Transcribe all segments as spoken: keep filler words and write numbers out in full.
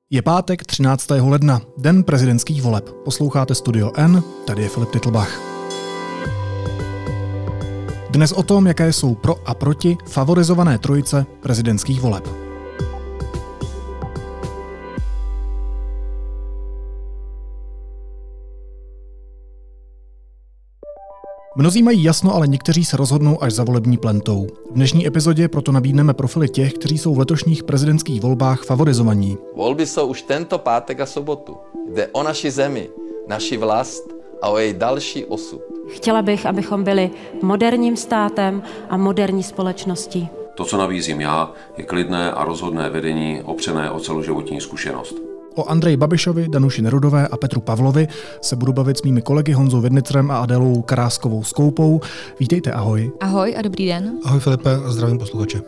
Je pátek třináctého ledna, den prezidentských voleb. Posloucháte Studio N, tady je Filip Titlbach. Dnes o tom, jaké jsou pro a proti favorizované trojice prezidentských voleb. Mnozí mají jasno, ale někteří se rozhodnou až za volební plentou. V dnešní epizodě proto nabídneme profily těch, kteří jsou v letošních prezidentských volbách favorizovaní. Volby jsou už tento pátek a sobotu. Jde o naši zemi, naši vlast a o její další osud. Chtěla bych, abychom byli moderním státem a moderní společností. To, co nabízím já, je klidné a rozhodné vedení opřené o celoživotní zkušenost. O Andreji Babišovi, Danuši Nerudové a Petru Pavlovi se budu bavit s mými kolegy Honzou Vidnicrem a Adélou Karáskovou Skoupou. Vítejte, ahoj. Ahoj a dobrý den. Ahoj Filipe a zdravím posluchače.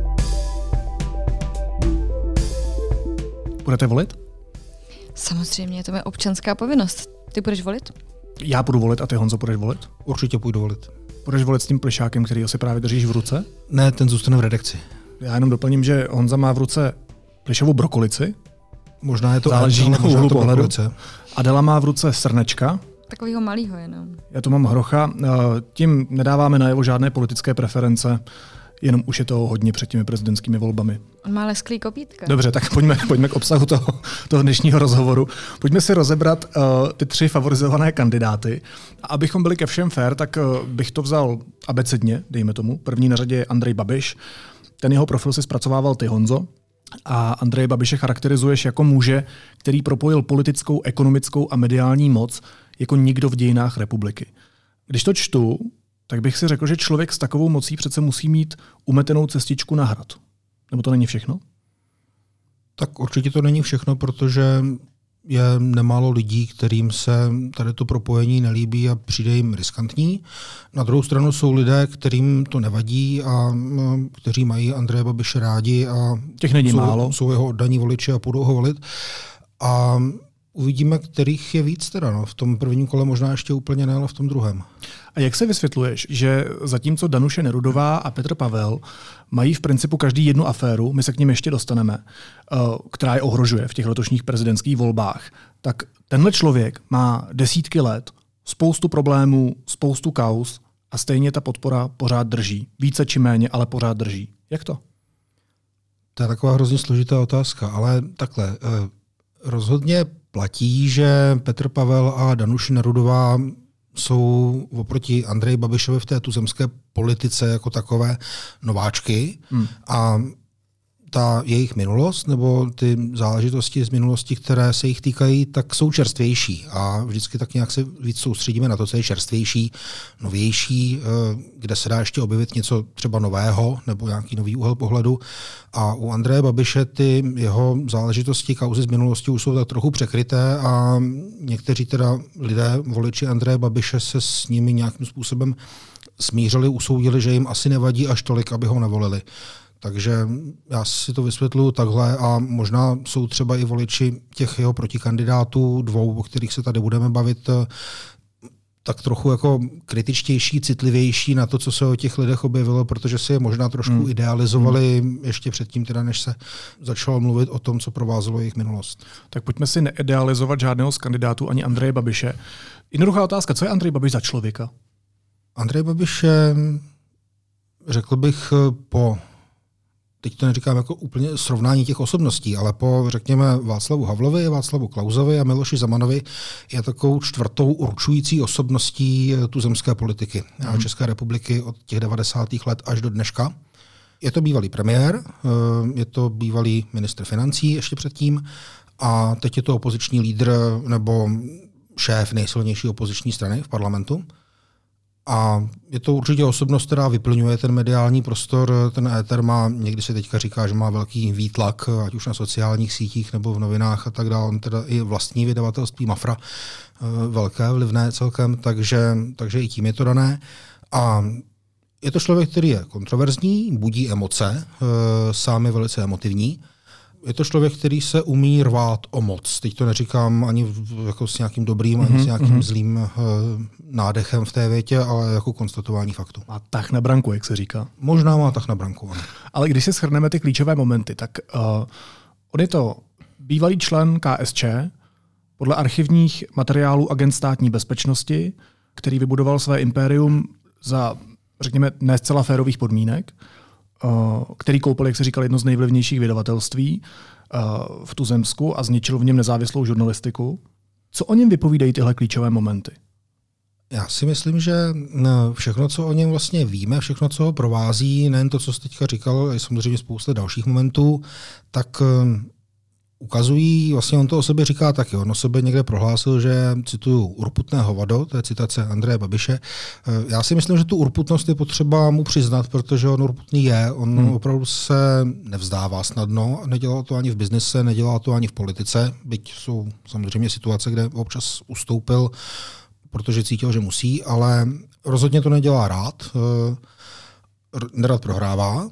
Budete volit? Samozřejmě, to je občanská povinnost. Ty budeš volit? Já budu volit a ty, Honzo, budeš volit? Určitě půjdu volit. Budeš volit s tím plišákem, který si právě držíš v ruce? Ne, ten zůstane v redakci. Já jenom doplním, že Honza má v ruce plišovou brokolici. Možná je to záleží na úhlu pohledu. Adela má v ruce srnečka. Takovýho malýho jenom. Já tu mám hrocha. Tím nedáváme najevo žádné politické preference, jenom už je to hodně před těmi prezidentskými volbami. On má lesklý kopítka. Dobře, tak pojďme, pojďme k obsahu toho, toho dnešního rozhovoru. Pojďme si rozebrat uh, ty tři favorizované kandidáty. A abychom byli ke všem fair, tak uh, bych to vzal abecedně, dejme tomu. První na řadě je Andrej Babiš. Ten jeho profil si zpracovával ty, Honzo. A Andreje Babiše charakterizuješ jako muže, který propojil politickou, ekonomickou a mediální moc jako nikdo v dějinách republiky. Když to čtu, tak bych si řekl, že člověk s takovou mocí přece musí mít umetenou cestičku na hrad. Nebo to není všechno? Tak určitě to není všechno, protože je nemálo lidí, kterým se tady to propojení nelíbí a přijde jim riskantní. Na druhou stranu jsou lidé, kterým to nevadí a kteří mají Andreje Babiše rádi a těch není jsou, málo. jsou jeho oddaní voliči a půjdou ho volit. A uvidíme, kterých je víc teda. No. V tom prvním kole možná ještě úplně ne, ale v tom druhém. A jak se vysvětluješ, že zatímco Danuše Nerudová a Petr Pavel mají v principu každý jednu aféru, my se k nim ještě dostaneme, která je ohrožuje v těch letošních prezidentských volbách, tak tenhle člověk má desítky let, spoustu problémů, spoustu kauz a stejně ta podpora pořád drží. Více či méně, ale pořád drží. Jak to? To je taková hrozně složitá otázka, ale takhle. Rozhodně platí, že Petr Pavel a Danuše Nerudová jsou oproti Andreji Babišovi v té tuzemské politice jako takové nováčky hmm. a ta jejich minulost nebo ty záležitosti z minulosti, které se jich týkají, tak jsou čerstvější a vždycky tak nějak se víc soustředíme na to, co je čerstvější, novější, kde se dá ještě objevit něco třeba nového nebo nějaký nový úhel pohledu. A u Andreje Babiše ty jeho záležitosti, kauzy z minulosti už jsou tak trochu překryté a někteří teda lidé, voliči Andreje Babiše se s nimi nějakým způsobem smířili, usoudili, že jim asi nevadí až tolik, aby ho nevolili. Takže já si to vysvětluju takhle a možná jsou třeba i voliči těch jeho protikandidátů, dvou, o kterých se tady budeme bavit, tak trochu jako kritičtější, citlivější na to, co se o těch lidech objevilo, protože si je možná trošku hmm. idealizovali hmm. ještě předtím, teda, než se začalo mluvit o tom, co provázelo jejich minulost. Tak pojďme si neidealizovat žádného z kandidátů, ani Andreje Babiše. Jednoduchá otázka, co je Andrej Babiš za člověka? Andrej Babiš je, řekl bych, po teď to neříkám jako úplně srovnání těch osobností, ale po, řekněme, Václavu Havlovi, Václavu Klausovi a Miloši Zemanovi je takovou čtvrtou určující osobností tuzemské politiky mm. České republiky od těch devadesátých let až do dneška. Je to bývalý premiér, je to bývalý ministr financí ještě předtím a teď je to opoziční lídr nebo šéf nejsilnější opoziční strany v parlamentu. A je to určitě osobnost, která vyplňuje ten mediální prostor. Ten éter má, někdy se teďka říká, že má velký výtlak, ať už na sociálních sítích nebo v novinách a tak dále. On teda i vlastní vydavatelství Mafra, velké, vlivné celkem, takže, takže i tím je to dané. A je to člověk, který je kontroverzní, budí emoce, sám je velice emotivní. Je to člověk, který se umí rvát o moc. Teď to neříkám ani v, jako s nějakým dobrým, mm-hmm, ani s nějakým mm-hmm. zlým uh, nádechem v té větě, ale jako konstatování faktu. Má tah na branku, jak se říká. Možná má tah na branku. Ano. Ale když si shrneme ty klíčové momenty, tak uh, on je to bývalý člen K S Č, podle archivních materiálů agent státní bezpečnosti, který vybudoval své impérium za, řekněme, ne zcela férových podmínek, který koupil, jak se říkal, jedno z nejvlivnějších vydavatelství v tuzemsku a zničil v něm nezávislou žurnalistiku. Co o něm vypovídají tyhle klíčové momenty? Já si myslím, že všechno, co o něm vlastně víme, všechno, co ho provází, nejen to, co jste teďka říkal, ale samozřejmě spousta dalších momentů, tak ukazují, vlastně on to o sobě říká taky. On o sobě někde prohlásil, že, cituju, urputné hovado, to je citace Andreje Babiše. Já si myslím, že tu urputnost je potřeba mu přiznat, protože on urputný je. On hmm. opravdu se nevzdává snadno, nedělá to ani v biznise, nedělá to ani v politice, byť jsou samozřejmě situace, kde občas ustoupil, protože cítil, že musí, ale rozhodně to nedělá rád. Nerad prohrává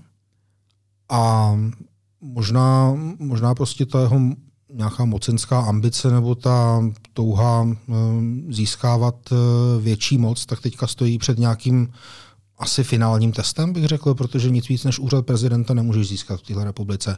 a Možná, možná prostě ta jeho nějaká mocenská ambice nebo ta touha získávat větší moc, tak teďka stojí před nějakým asi finálním testem, bych řekl, protože nic víc než úřad prezidenta nemůžeš získat v téhle republice.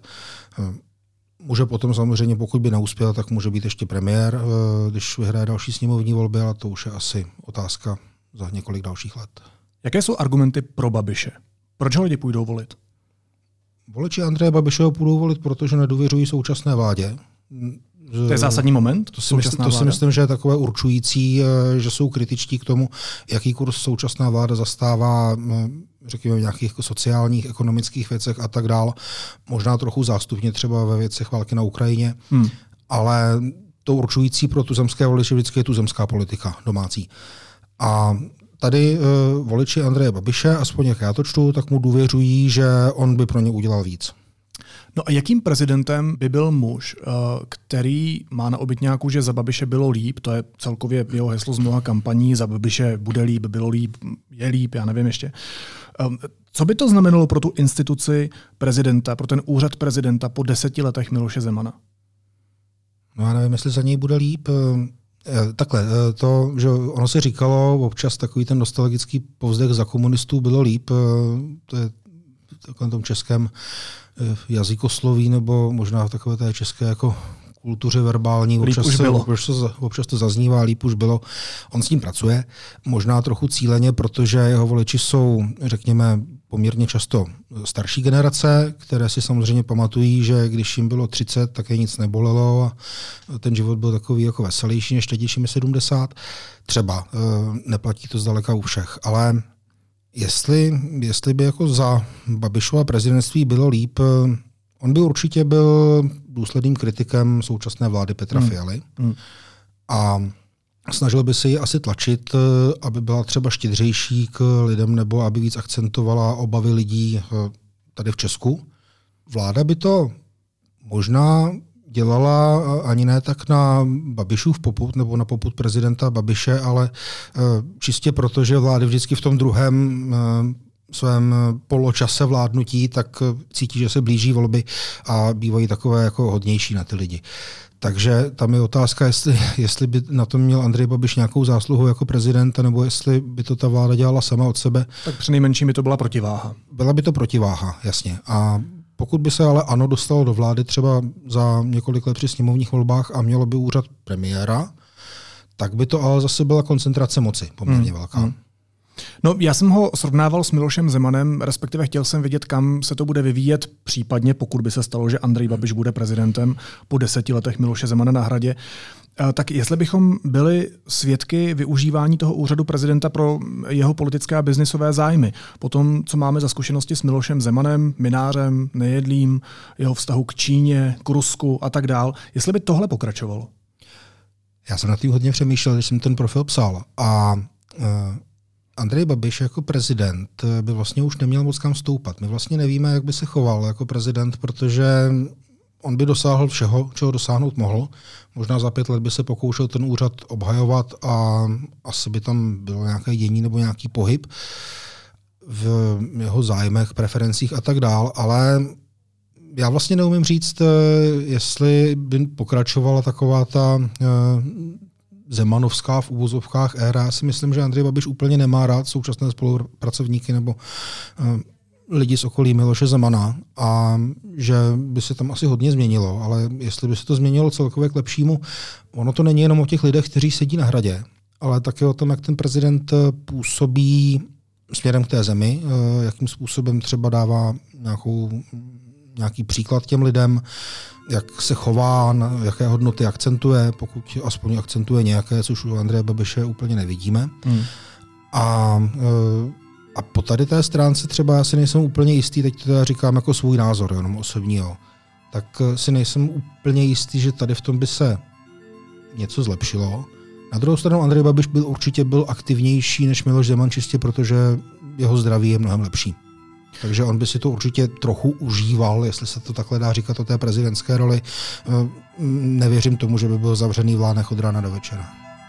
Může potom samozřejmě, pokud by neuspěl, tak může být ještě premiér, když vyhraje další sněmovní volby, ale to už je asi otázka za několik dalších let. Jaké jsou argumenty pro Babiše? Proč ho lidi půjdou volit? Voliči Andreje Babiše ho půjdou volit, protože nedůvěřují současné vládě. To je zásadní moment? To si, mysl, to si myslím, že je takové určující, že jsou kritičtí k tomu, jaký kurz současná vláda zastává, řekněme, v nějakých sociálních, ekonomických věcech a tak dál. Možná trochu zástupně třeba ve věcech války na Ukrajině, hmm. ale to určující pro tuzemské voliče vždycky je tuzemská politika domácí. A tady uh, voliči Andreje Babiše, aspoň jak já to čtu, tak mu důvěřují, že on by pro ně udělal víc. No a jakým prezidentem by byl muž, uh, který má na obytňáku, že za Babiše bylo líp, to je celkově jeho heslo z mnoha kampaní, za Babiše bude líp, bylo líp, je líp, já nevím ještě. Um, co by to znamenalo pro tu instituci prezidenta, pro ten úřad prezidenta po deseti letech Miloše Zemana? No já nevím, jestli za něj bude líp. Takhle, to, že ono se říkalo, občas takový ten nostalgický povzdech za komunistů bylo líp, to je v takovém tom českém jazykosloví, nebo možná v takové té české jako kultuře verbální, občas, se, občas, to, občas to zaznívá, líp už bylo. On s ním pracuje, možná trochu cíleně, protože jeho voliči jsou, řekněme, poměrně často starší generace, které si samozřejmě pamatují, že když jim bylo třicet, tak je nic nebolelo a ten život byl takový jako veselější než teď, když jim je sedmdesát. Třeba neplatí to zdaleka u všech, ale jestli, jestli by jako za Babišova prezidentství bylo líp, on by určitě byl důsledným kritikem současné vlády Petra hmm. Fialy hmm. a snažil by se ji asi tlačit, aby byla třeba štědřejší k lidem nebo aby víc akcentovala obavy lidí tady v Česku. Vláda by to možná dělala ani ne tak na Babišův popud nebo na popud prezidenta Babiše, ale čistě proto, že vlády vždycky v tom druhém svém poločase vládnutí, tak cítí, že se blíží volby a bývají takové jako hodnější na ty lidi. Takže tam je otázka, jestli, jestli by na tom měl Andrej Babiš nějakou zásluhu jako prezident, nebo jestli by to ta vláda dělala sama od sebe. Tak přinejmenším by to byla protiváha. Byla by to protiváha, jasně. A pokud by se ale ANO dostalo do vlády třeba za několik let při sněmovních volbách a mělo by úřad premiéra, tak by to ale zase byla koncentrace moci poměrně hmm. velká. Hmm. No, já jsem ho srovnával s Milošem Zemanem, respektive chtěl jsem vidět, kam se to bude vyvíjet, případně pokud by se stalo, že Andrej Babiš bude prezidentem po deseti letech Miloše Zemana na Hradě. Tak jestli bychom byli svědky využívání toho úřadu prezidenta pro jeho politické a biznisové zájmy, po tom, co máme za zkušenosti s Milošem Zemanem, Mynářem, Nejedlým, jeho vztahu k Číně, k Rusku a tak dál, jestli by tohle pokračovalo? Já jsem nad tím hodně přemýšlel, když jsem ten profil psal a uh... Andrej Babiš jako prezident by vlastně už neměl moc kam stoupat. My vlastně nevíme, jak by se choval jako prezident, protože on by dosáhl všeho, čeho dosáhnout mohl. Možná za pět let by se pokoušel ten úřad obhajovat a asi by tam bylo nějaké dění nebo nějaký pohyb v jeho zájmech, preferencích a tak dál, ale já vlastně neumím říct, jestli by pokračovala taková ta zemanovská v úvozovkách éra. Já si myslím, že Andrej Babiš úplně nemá rád současné spolupracovníky nebo uh, lidi z okolí Miloše Zemana a že by se tam asi hodně změnilo, ale jestli by se to změnilo celkově k lepšímu, ono to není jenom o těch lidech, kteří sedí na Hradě, ale také o tom, jak ten prezident působí směrem k té zemi, jakým způsobem třeba dává nějakou, nějaký příklad těm lidem, jak se chová, jaké hodnoty akcentuje, pokud aspoň akcentuje nějaké, což u Andreje Babiše úplně nevidíme. Hmm. A, a po tady té stránce třeba já si nejsem úplně jistý, teď to říkám jako svůj názor, jenom osobního, tak si nejsem úplně jistý, že tady v tom by se něco zlepšilo. Na druhou stranu Andrej Babiš byl určitě byl aktivnější než Miloš Zeman čistě, protože jeho zdraví je mnohem lepší. Takže on by si to určitě trochu užíval, jestli se to takhle dá říkat o té prezidentské roli. Nevěřím tomu, že by byl zavřený v Lánech od rána do večera.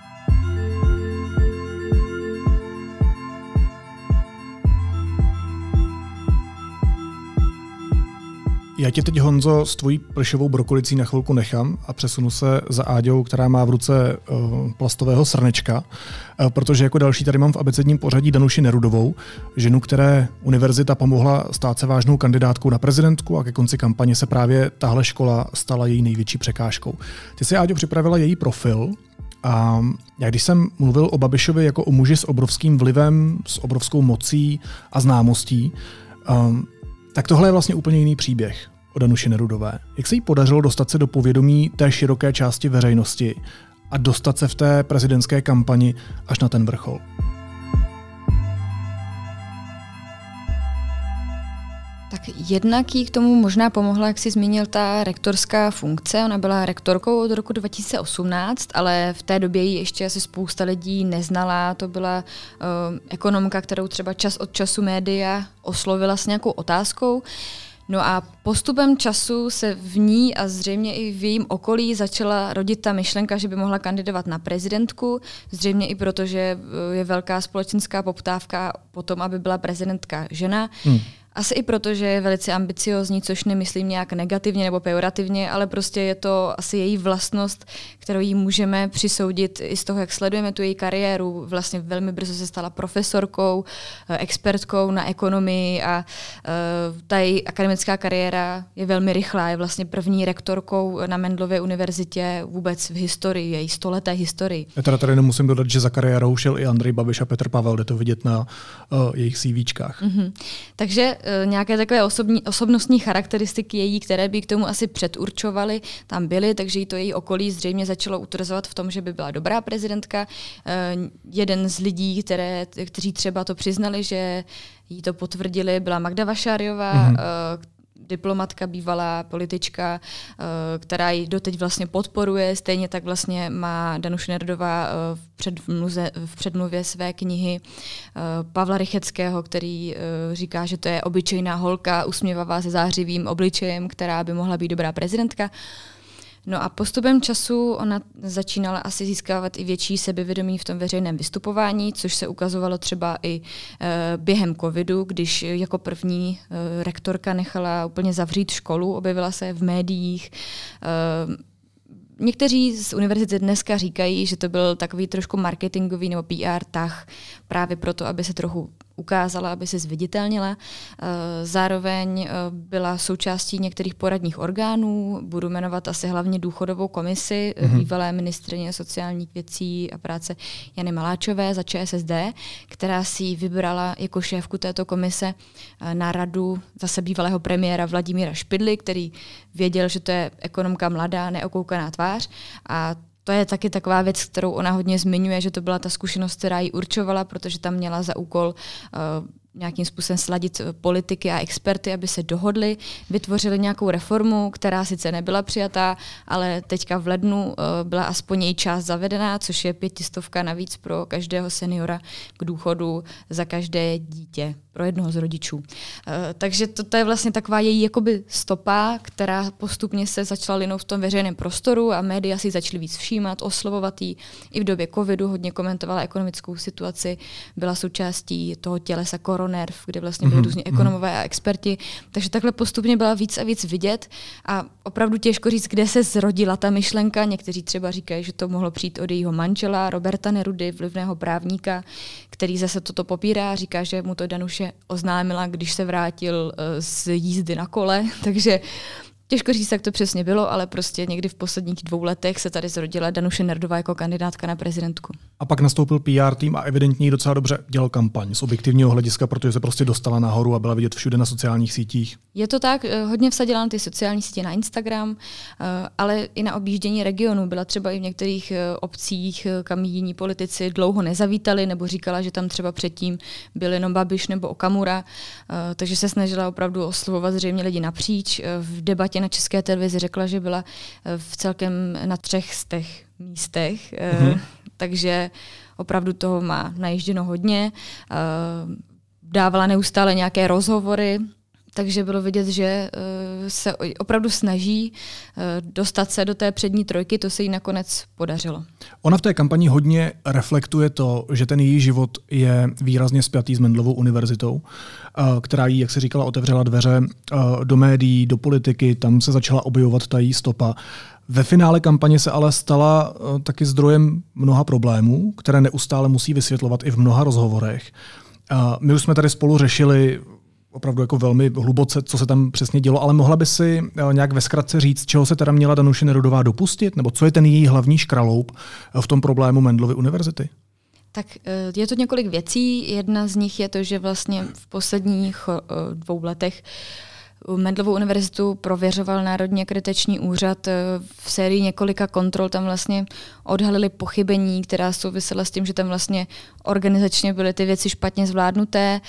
Já tě teď, Honzo, s tvojí plešovou brokolicí na chvilku nechám a přesunu se za Áďou, která má v ruce uh, plastového srnečka, uh, protože jako další tady mám v abecedním pořadí Danuši Nerudovou, ženu, které univerzita pomohla stát se vážnou kandidátkou na prezidentku a ke konci kampaně se právě tahle škola stala její největší překážkou. Ty si, Áďo, připravila její profil a já když jsem mluvil o Babišovi jako o muži s obrovským vlivem, s obrovskou mocí a známostí, um, tak tohle je vlastně úplně jiný příběh o Danuši Nerudové. Jak se jí podařilo dostat se do povědomí té široké části veřejnosti a dostat se v té prezidentské kampani až na ten vrchol? Tak jednak jí k tomu možná pomohla, jak jsi zmínil, ta rektorská funkce. Ona byla rektorkou od roku dva tisíce osmnáct, ale v té době ji ještě asi spousta lidí neznala. To byla uh, ekonomka, kterou třeba čas od času média oslovila s nějakou otázkou. No a postupem času se v ní a zřejmě i v jejím okolí začala rodit ta myšlenka, že by mohla kandidovat na prezidentku, zřejmě i proto, že je velká společenská poptávka po tom, aby byla prezidentka žena. Hmm. Asi i proto, že je velice ambiciózní, což nemyslím nějak negativně nebo pejorativně, ale prostě je to asi její vlastnost, kterou jí můžeme přisoudit i z toho, jak sledujeme tu její kariéru. Vlastně velmi brzo se stala profesorkou, expertkou na ekonomii a uh, ta její akademická kariéra je velmi rychlá. Je vlastně první rektorkou na Mendelově univerzitě vůbec v historii, její stoleté historii. Já teda tady nemusím dodat, že za kariérou šel i Andrej Babiš a Petr Pavel, jde to vidět na uh, jejich CVčkách. Mm-hmm. Takže nějaké takové osobní, osobnostní charakteristiky její, které by k tomu asi předurčovaly, tam byly, takže jí to její okolí zřejmě začalo utvrzovat v tom, že by byla dobrá prezidentka. Jeden z lidí, které, kteří třeba to přiznali, že jí to potvrdili, byla Magda Vašáriová, mm-hmm. diplomatka, bývalá politička, která ji doteď vlastně podporuje. Stejně tak vlastně má Danuše Nerudová v, předmluze, v předmluvě své knihy Pavla Rycheckého, který říká, že to je obyčejná holka, usměvavá se zářivým obličejem, která by mohla být dobrá prezidentka. No a postupem času ona začínala asi získávat i větší sebevědomí v tom veřejném vystupování, což se ukazovalo třeba i e, během covidu, když jako první e, rektorka nechala úplně zavřít školu, objevila se v médiích. E, Někteří z univerzity dneska říkají, že to byl takový trošku marketingový nebo P R tah právě proto, aby se trochu ukázala, aby se zviditelnila. Zároveň byla součástí některých poradních orgánů, budu jmenovat asi hlavně důchodovou komisi mm-hmm. bývalé ministryně sociálních věcí a práce Jany Maláčové za Č S S D, která si vybrala jako šéfku této komise na radu zase bývalého premiéra Vladimíra Špidly, který věděl, že to je ekonomka mladá, neokoukaná tvář a to je taky taková věc, kterou ona hodně zmiňuje, že to byla ta zkušenost, která ji určovala, protože tam měla za úkol uh, nějakým způsobem sladit politiky a experty, aby se dohodli, vytvořili nějakou reformu, která sice nebyla přijatá, ale teďka v lednu uh, byla aspoň její část zavedená, což je pětistovka navíc pro každého seniora k důchodu za každé dítě, pro jednoho z rodičů. Uh, takže to, to je vlastně taková její jakoby stopa, která postupně se začala linout v tom veřejném prostoru a média si začaly víc všímat, oslovovat jí. I v době covidu hodně komentovala ekonomickou situaci, byla součástí toho tělesa korona Euronerv, kde vlastně byli mm-hmm. různí ekonomové a experti. Takže takhle postupně byla víc a víc vidět a opravdu těžko říct, kde se zrodila ta myšlenka. Někteří třeba říkají, že to mohlo přijít od jejího manžela, Roberta Nerudy, vlivného právníka, který zase toto popírá, říká, že mu to Danuše oznámila, když se vrátil z jízdy na kole, takže těžko říct, jak to přesně bylo, ale prostě někdy v posledních dvou letech se tady zrodila Danuše Nerudová jako kandidátka na prezidentku. A pak nastoupil P R tým a evidentně docela dobře dělal kampaň z objektivního hlediska, protože se prostě dostala nahoru a byla vidět všude na sociálních sítích. Je to tak, hodně vsadila na ty sociální sítě, na Instagram, ale i na objíždění regionu. Byla třeba i v některých obcích, kam jiní politici dlouho nezavítali, nebo říkala, že tam třeba předtím byl jenom Babiš nebo Okamura, takže se snažila opravdu oslovovat zřejmě lidi napříč. V debatě na České televizi řekla, že byla v celkem na třech z těch místech, mm-hmm. takže opravdu toho má najížděno hodně. Dávala neustále nějaké rozhovory, takže bylo vidět, že se opravdu snaží dostat se do té přední trojky, to se jí nakonec podařilo. Ona v té kampani hodně reflektuje to, že ten její život je výrazně spjatý s Mendelovou univerzitou, která jí, jak se říkala, otevřela dveře do médií, do politiky, tam se začala objevovat ta její stopa. Ve finále kampaně se ale stala taky zdrojem mnoha problémů, které neustále musí vysvětlovat i v mnoha rozhovorech. My už jsme tady spolu řešili opravdu jako velmi hluboce, co se tam přesně dělo, ale mohla by si nějak ve zkratce říct, čeho se teda měla Danuše Nerudová dopustit, nebo co je ten její hlavní škraloup v tom problému Mendelovy univerzity? Tak je to několik věcí. Jedna z nich je to, že vlastně v posledních dvou letech Mendelovou univerzitu prověřoval Národní akreditační úřad v sérii několika kontrol. Tam vlastně odhalili pochybení, která souvisela s tím, že tam vlastně organizačně byly ty věci špatně zvládnuté.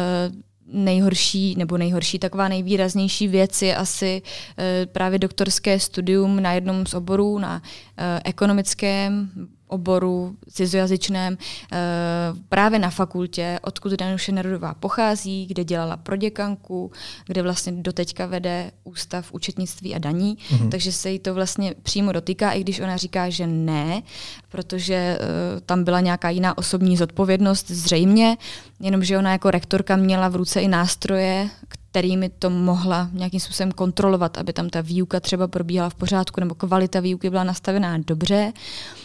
Nejhorší, nebo nejhorší, taková nejvýraznější věc je asi e, právě doktorské studium na jednom z oborů, na e, ekonomickém oboru, cizojazyčném, e, právě na fakultě, odkud Danuše Nerudová pochází, kde dělala proděkanku, kde vlastně doteďka vede Ústav účetnictví a daní, mhm. takže se jí to vlastně přímo dotýká, i když ona říká, že ne, protože e, tam byla nějaká jiná osobní zodpovědnost zřejmě, jenomže ona jako rektorka měla v ruce i nástroje, kterými to mohla nějakým způsobem kontrolovat, aby tam ta výuka třeba probíhala v pořádku, nebo kvalita výuky byla nastavená dobře.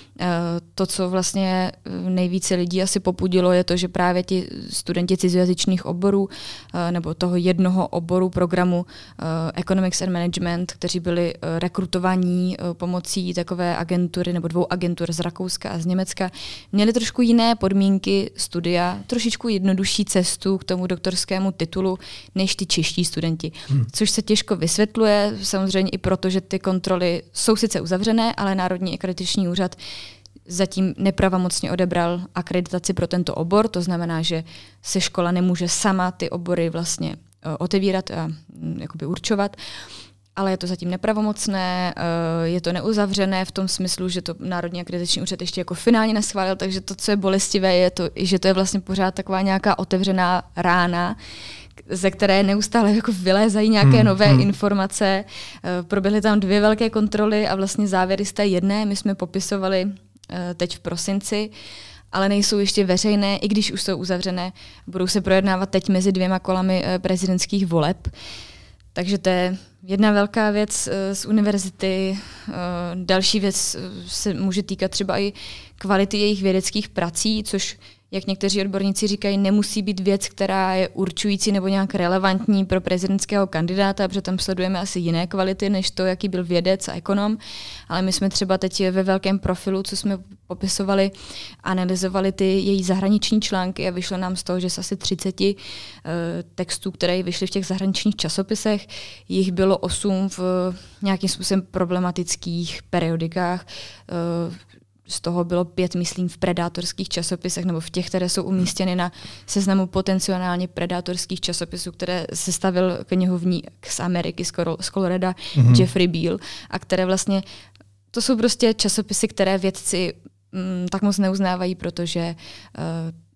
To, co vlastně nejvíce lidí asi popudilo, je to, že právě ti studenti cizojazyčných oborů nebo toho jednoho oboru programu Economics and Management, kteří byli rekrutovaní pomocí takové agentury nebo dvou agentur z Rakouska a z Německa, měli trošku jiné podmínky studia, trošičku jednodušší cestu k tomu doktorskému titulu než ty čeští studenti. Hmm. Což se těžko vysvětluje, samozřejmě i proto, že ty kontroly jsou sice uzavřené, ale Národní akreditační úřad zatím nepravomocně odebral akreditaci pro tento obor, to znamená, že se škola nemůže sama ty obory vlastně uh, otevírat a um, jakoby určovat, ale je to zatím nepravomocné, uh, je to neuzavřené v tom smyslu, že to Národní akreditační úřad ještě jako finálně neschválil, takže to, co je bolestivé, je to, že to je vlastně pořád taková nějaká otevřená rána, ze které neustále jako vylézají nějaké hmm, nové hmm. informace. Uh, proběhly tam dvě velké kontroly a vlastně závěry z té jedné my jsme popisovali teď v prosinci, ale nejsou ještě veřejné, i když už jsou uzavřené. Budou se projednávat teď mezi dvěma kolami prezidentských voleb. Takže to je jedna velká věc z univerzity. Další věc se může týkat třeba i kvality jejich vědeckých prací, což, jak někteří odborníci říkají, nemusí být věc, která je určující nebo nějak relevantní pro prezidentského kandidáta, protože tam sledujeme asi jiné kvality, než to, jaký byl vědec a ekonom. Ale my jsme třeba teď ve velkém profilu, co jsme popisovali, analyzovali ty její zahraniční články a vyšlo nám z toho, že z asi třicet uh, textů, které vyšly v těch zahraničních časopisech, jich bylo osm v uh, nějakým způsobem problematických periodikách. Uh, Z toho bylo pět, myslím, v predátorských časopisech nebo v těch, které jsou umístěny na seznamu potenciálně predátorských časopisů, které sestavil knihovník z Ameriky, z Colorada, mm-hmm. Jeffrey Beall, a které vlastně, to jsou prostě časopisy, které vědci mm, tak moc neuznávají, protože uh,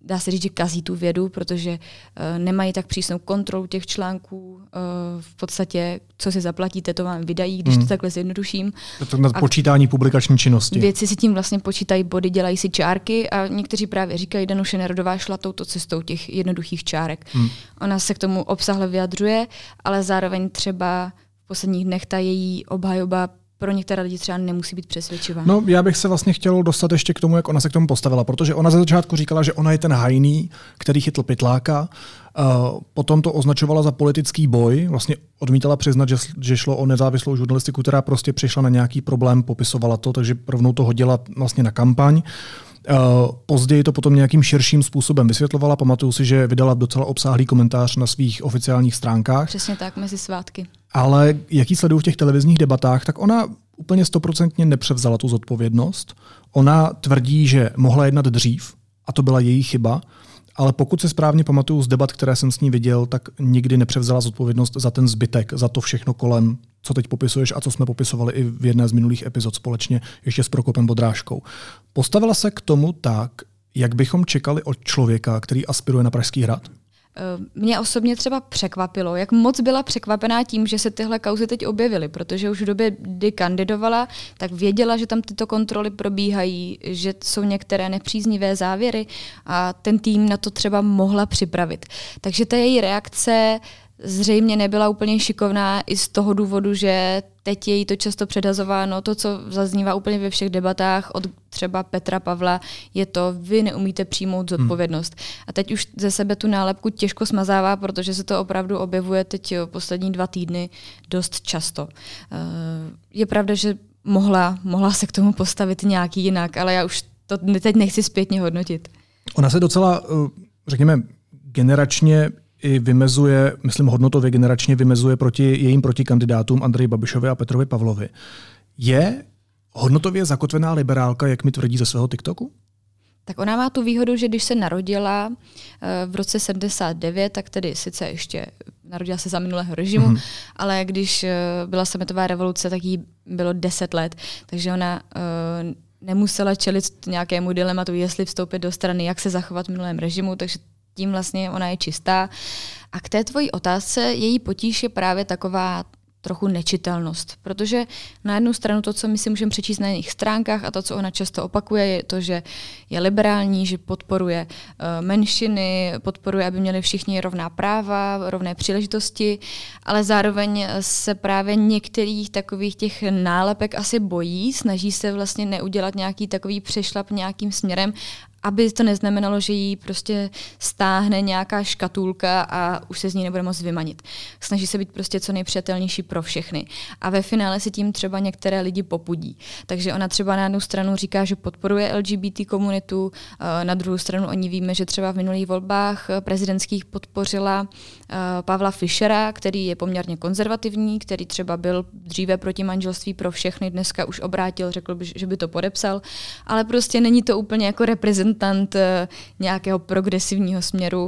dá se říct, že kazí tu vědu, protože uh, nemají tak přísnou kontrolu těch článků. Uh, v podstatě, co si zaplatíte, to vám vydají, když hmm. to takhle zjednoduším. To na počítání publikační činnosti. Vědci si tím vlastně počítají body, dělají si čárky a někteří právě říkají, Danuše Nerudová šla touto cestou těch jednoduchých čárek. Hmm. Ona se k tomu obsahle vyjadřuje, ale zároveň třeba v posledních dnech ta její obhajoba pro některé lidi třeba nemusí být přesvědčivá. No, já bych se vlastně chtěl dostat ještě k tomu, jak ona se k tomu postavila, protože ona ze začátku říkala, že ona je ten hajný, který chytl pytláka, uh, potom to označovala za politický boj, vlastně odmítala přiznat, že, že šlo o nezávislou žurnalistiku, která prostě přišla na nějaký problém, popisovala to, takže rovnou to hodila vlastně na kampaň. Uh, později to potom nějakým širším způsobem vysvětlovala. Pamatuju si, že vydala docela obsáhlý komentář na svých oficiálních stránkách. Přesně tak, mezi svátky. Ale jaký sleduju v těch televizních debatách, tak ona úplně stoprocentně nepřevzala tu zodpovědnost. Ona tvrdí, že mohla jednat dřív a to byla její chyba, ale pokud se správně pamatuju z debat, které jsem s ní viděl, tak nikdy nepřevzala zodpovědnost za ten zbytek, za to všechno kolem, co teď popisuješ a co jsme popisovali i v jedné z minulých epizod společně ještě s Prokopem Bodráškou. Postavila se k tomu tak, jak bychom čekali od člověka, který aspiruje na Pražský hrad? Mě osobně třeba překvapilo, jak moc byla překvapená tím, že se tyhle kauzy teď objevily, protože už v době, kdy kandidovala, tak věděla, že tam tyto kontroly probíhají, že jsou některé nepříznivé závěry a ten tým na to třeba mohla připravit. Takže ta její reakce zřejmě nebyla úplně šikovná i z toho důvodu, že teď je jí to často předhazováno. To, co zaznívá úplně ve všech debatách od třeba Petra Pavla, je to, vy neumíte přijmout zodpovědnost. Hmm. A teď už ze sebe tu nálepku těžko smazává, protože se to opravdu objevuje teď poslední dva týdny dost často. Je pravda, že mohla, mohla se k tomu postavit nějak jinak, ale já už to teď nechci zpětně hodnotit. Ona se docela, řekněme, generačně i vymezuje, myslím hodnotově generačně vymezuje proti jejím protikandidátům Andreji Babišovi a Petrovi Pavlovi. Je hodnotově zakotvená liberálka, jak mi tvrdí ze svého TikToku? Tak ona má tu výhodu, že když se narodila v roce sedmdesát devět, tak tedy sice ještě narodila se za minulého režimu, mm-hmm. ale když byla sametová revoluce, tak jí bylo deset let, takže ona uh, nemusela čelit nějakému dilematu, jestli vstoupit do strany, jak se zachovat v minulém režimu, takže tím vlastně ona je čistá. A k té tvojí otázce její potíž je právě taková trochu nečitelnost, protože na jednu stranu to, co my si můžeme přečíst na jejich stránkách a to, co ona často opakuje, je to, že je liberální, že podporuje uh, menšiny, podporuje, aby měli všichni rovná práva, rovné příležitosti, ale zároveň se právě některých takových těch nálepek asi bojí, snaží se vlastně neudělat nějaký takový přešlap nějakým směrem, aby to neznamenalo, že jí prostě stáhne nějaká škatulka a už se z ní nebude moct vymanit. Snaží se být prostě co nejpřijatelnější pro všechny. A ve finále si tím třeba některé lidi popudí. Takže ona třeba na jednu stranu říká, že podporuje L G B T komunitu, na druhou stranu oni víme, že třeba v minulých volbách prezidentských podpořila Pavla Fischera, který je poměrně konzervativní, který třeba byl dříve proti manželství pro všechny, dneska už obrátil, řekl by, že by to podepsal, ale prostě není to úplně jako reprezentant nějakého progresivního směru.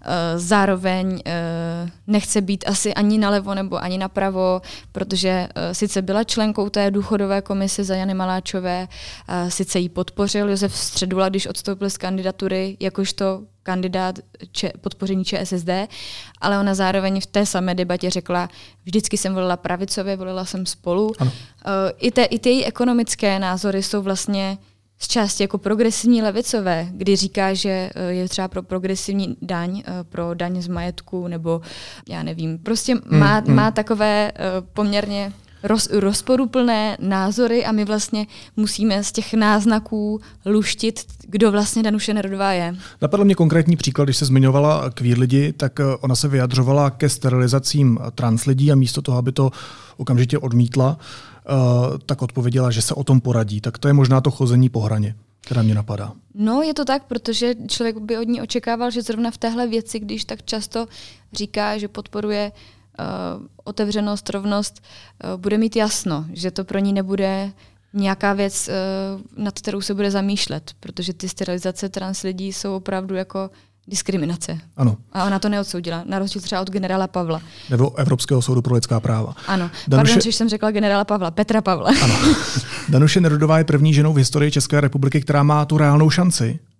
Zároveň nechce být asi ani nalevo nebo ani napravo, protože sice byla členkou té důchodové komise za Jany Maláčové, sice ji podpořil Josef Středula, když odstoupil z kandidatury, jakožto kandidát če- podpoření Č S S D, ale ona zároveň v té samé debatě řekla, vždycky jsem volila pravicově, volila jsem Spolu. Ano. I, te, I ty její ekonomické názory jsou vlastně z části jako progresivní levicové, kdy říká, že je třeba pro progresivní daň, pro daň z majetku, nebo já nevím, prostě má, mm, mm. má takové poměrně roz, rozporuplné názory a my vlastně musíme z těch náznaků luštit, kdo vlastně Danuše Nerudová je. Napadl mě konkrétní příklad, když se zmiňovala queer lidi, tak ona se vyjadřovala ke sterilizacím trans lidí a místo toho, aby to okamžitě odmítla, Uh, tak odpověděla, že se o tom poradí. Tak to je možná to chození po hraně, která mě napadá. No, je to tak, protože člověk by od ní očekával, že zrovna v téhle věci, když tak často říká, že podporuje uh, otevřenost, rovnost, uh, bude mít jasno, že to pro ní nebude nějaká věc, uh, nad kterou se bude zamýšlet, protože ty sterilizace trans lidí jsou opravdu jako diskriminace. Ano. A ona to neodsoudila, na rozdíl třeba od generála Pavla. Nebo Evropského soudu pro lidská práva. Ano. Danuše... Pardon, když jsem řekla generála Pavla, Petra Pavla. Ano. Danuše Nerudová je první ženou v historii České republiky, která má tu reálnou šanci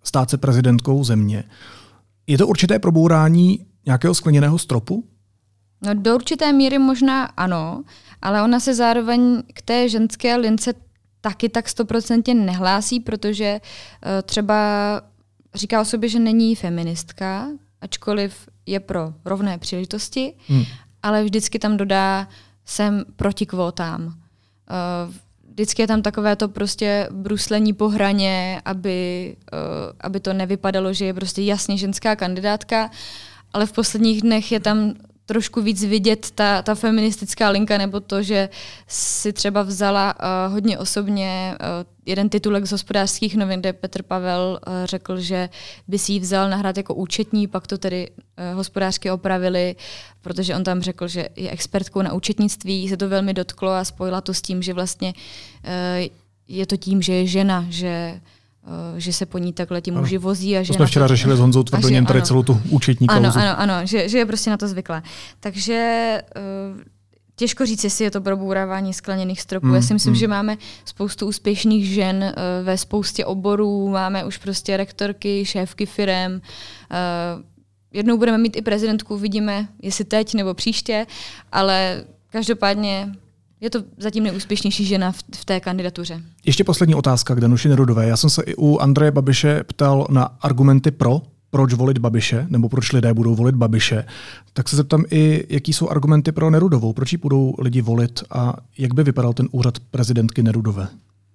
stát se prezidentkou země. Je to určité probourání nějakého skleněného stropu? No do určité míry možná ano, ale ona se zároveň k té ženské lince taky tak stoprocentně nehlásí, protože uh, třeba říká o sobě, že není feministka, ačkoliv je pro rovné příležitosti, hmm. ale vždycky tam dodá, jsem proti kvótám. Uh, vždycky je tam takové to prostě bruslení po hraně, aby, uh, aby to nevypadalo, že je prostě jasně ženská kandidátka, ale v posledních dnech je tam trošku víc vidět ta, ta feministická linka, nebo to, že si třeba vzala uh, hodně osobně uh, jeden titulek z Hospodářských novin, kde Petr Pavel uh, řekl, že by si ji vzal nahrát jako účetní, pak to tedy uh, hospodářky opravili, protože on tam řekl, že je expertkou na účetnictví, se to velmi dotklo a spojila to s tím, že vlastně uh, je to tím, že je žena, že že se po ní takhle ti muži vozí. A že to jsme včera to... řešili s Honzou Tvrdoněm tady celou tu účetní kauzu. Ano, ano, ano, že, že je prostě na to zvyklá. Takže uh, těžko říct, jestli je to probourávání skleněných stropů. Mm, Já si myslím, mm. že máme spoustu úspěšných žen uh, ve spoustě oborů, máme už prostě rektorky, šéfky firem. Uh, jednou budeme mít i prezidentku, vidíme, jestli teď nebo příště, ale každopádně je to zatím nejúspěšnější žena v, v té kandidatuře. Ještě poslední otázka k Danuši Nerudové. Já jsem se i u Andreje Babiše ptal na argumenty pro, proč volit Babiše, nebo proč lidé budou volit Babiše. Tak se zeptám i, jaký jsou argumenty pro Nerudovou. Proč ji budou lidi volit a jak by vypadal ten úřad prezidentky Nerudové?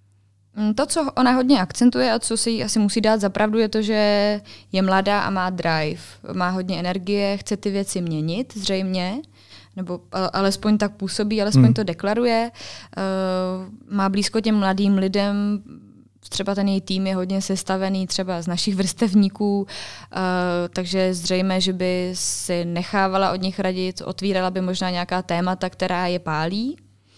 To, co ona hodně akcentuje a co si jí asi musí dát za pravdu, je to, že je mladá a má drive. Má hodně energie, chce ty věci měnit zřejmě, nebo alespoň tak působí, alespoň hmm. to deklaruje. Uh, má blízko těm mladým lidem, třeba ten její tým je hodně sestavený třeba z našich vrstevníků, uh, takže zřejmě, že by si nechávala od nich radit, otvírala by možná nějaká témata, která je pálí.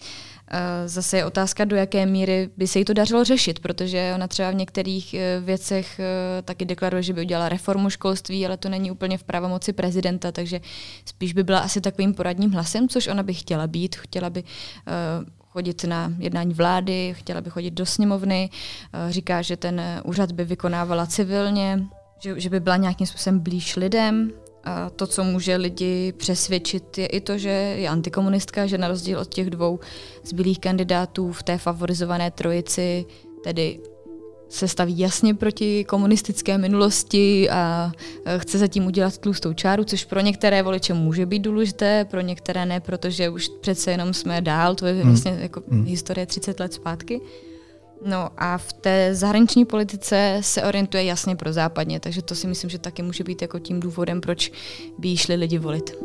Zase je otázka, do jaké míry by se jí to dařilo řešit, protože ona třeba v některých věcech taky deklaruje, že by udělala reformu školství, ale to není úplně v pravomoci prezidenta, takže spíš by byla asi takovým poradním hlasem, což ona by chtěla být. Chtěla by chodit na jednání vlády, chtěla by chodit do sněmovny, říká, že ten úřad by vykonávala civilně, že, že by byla nějakým způsobem blíž lidem. A to, co může lidi přesvědčit, je i to, že je antikomunistka, že na rozdíl od těch dvou zbylých kandidátů v té favorizované trojici tedy se staví jasně proti komunistické minulosti a chce zatím udělat tlustou čáru, což pro některé voliče může být důležité, pro některé ne, protože už přece jenom jsme dál, to je vlastně jako hmm. historie třicet let zpátky. No a v té zahraniční politice se orientuje jasně pro západně, takže to si myslím, že taky může být jako tím důvodem, proč by jí šli lidi volit.